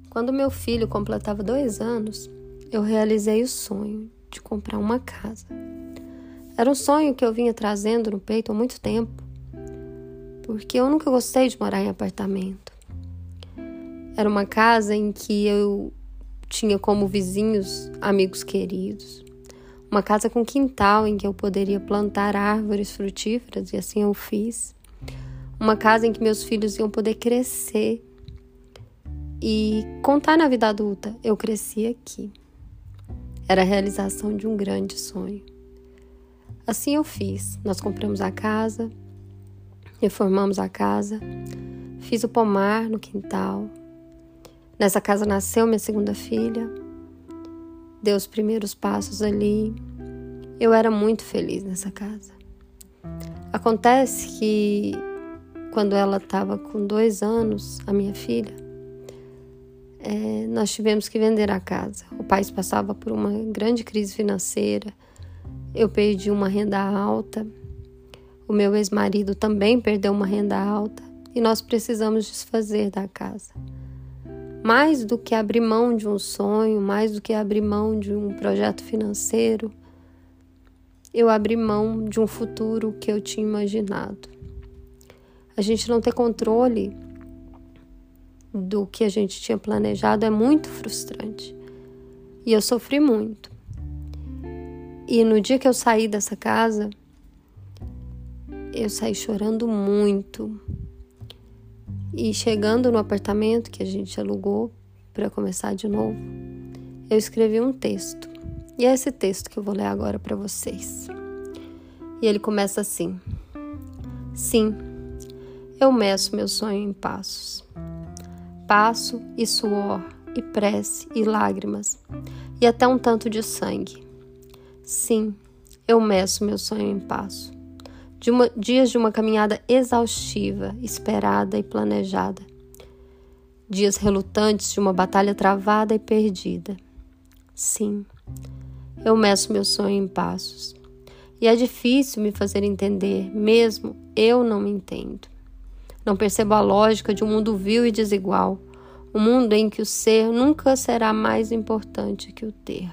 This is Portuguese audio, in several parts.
Quando meu filho completava 2 anos, eu realizei o sonho de comprar uma casa. Era um sonho que eu vinha trazendo no peito há muito tempo, porque eu nunca gostei de morar em apartamento. Era uma casa em que eu tinha como vizinhos amigos queridos. Uma casa com quintal em que eu poderia plantar árvores frutíferas, e assim eu fiz. Uma casa em que meus filhos iam poder crescer e contar na vida adulta. Eu cresci aqui. Era a realização de um grande sonho. Assim eu fiz. Nós compramos a casa, reformamos a casa, fiz o pomar no quintal. Nessa casa nasceu minha segunda filha, deu os primeiros passos ali. Eu era muito feliz nessa casa. Acontece que quando ela estava com 2 anos, a minha filha, nós tivemos que vender a casa. O país passava por uma grande crise financeira. Eu perdi uma renda alta. O meu ex-marido também perdeu uma renda alta. E nós precisamos desfazer da casa. Mais do que abrir mão de um sonho, mais do que abrir mão de um projeto financeiro, eu abri mão de um futuro que eu tinha imaginado. A gente não ter controle do que a gente tinha planejado é muito frustrante. E eu sofri muito. E no dia que eu saí dessa casa, eu saí chorando muito. E chegando no apartamento que a gente alugou para começar de novo, eu escrevi um texto. E é esse texto que eu vou ler agora para vocês. E ele começa assim: Sim, eu meço meu sonho em passos. Passo e suor, e prece, e lágrimas, e até um tanto de sangue. Sim, eu meço meu sonho em passo. Dias de uma caminhada exaustiva, esperada e planejada. Dias relutantes de uma batalha travada e perdida. Sim, eu meço meu sonho em passos. E é difícil me fazer entender, mesmo eu não me entendo. Não percebo a lógica de um mundo vil e desigual, um mundo em que o ser nunca será mais importante que o ter.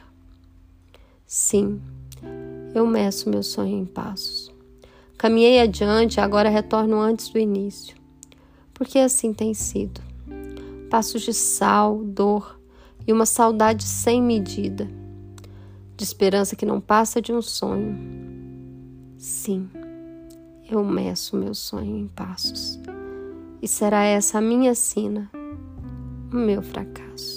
Sim, eu meço meu sonho em passos. Caminhei adiante, agora retorno antes do início. Porque assim tem sido. Passos de sal, dor e uma saudade sem medida. De esperança que não passa de um sonho. Sim, eu meço meu sonho em passos. E será essa a minha sina, o meu fracasso.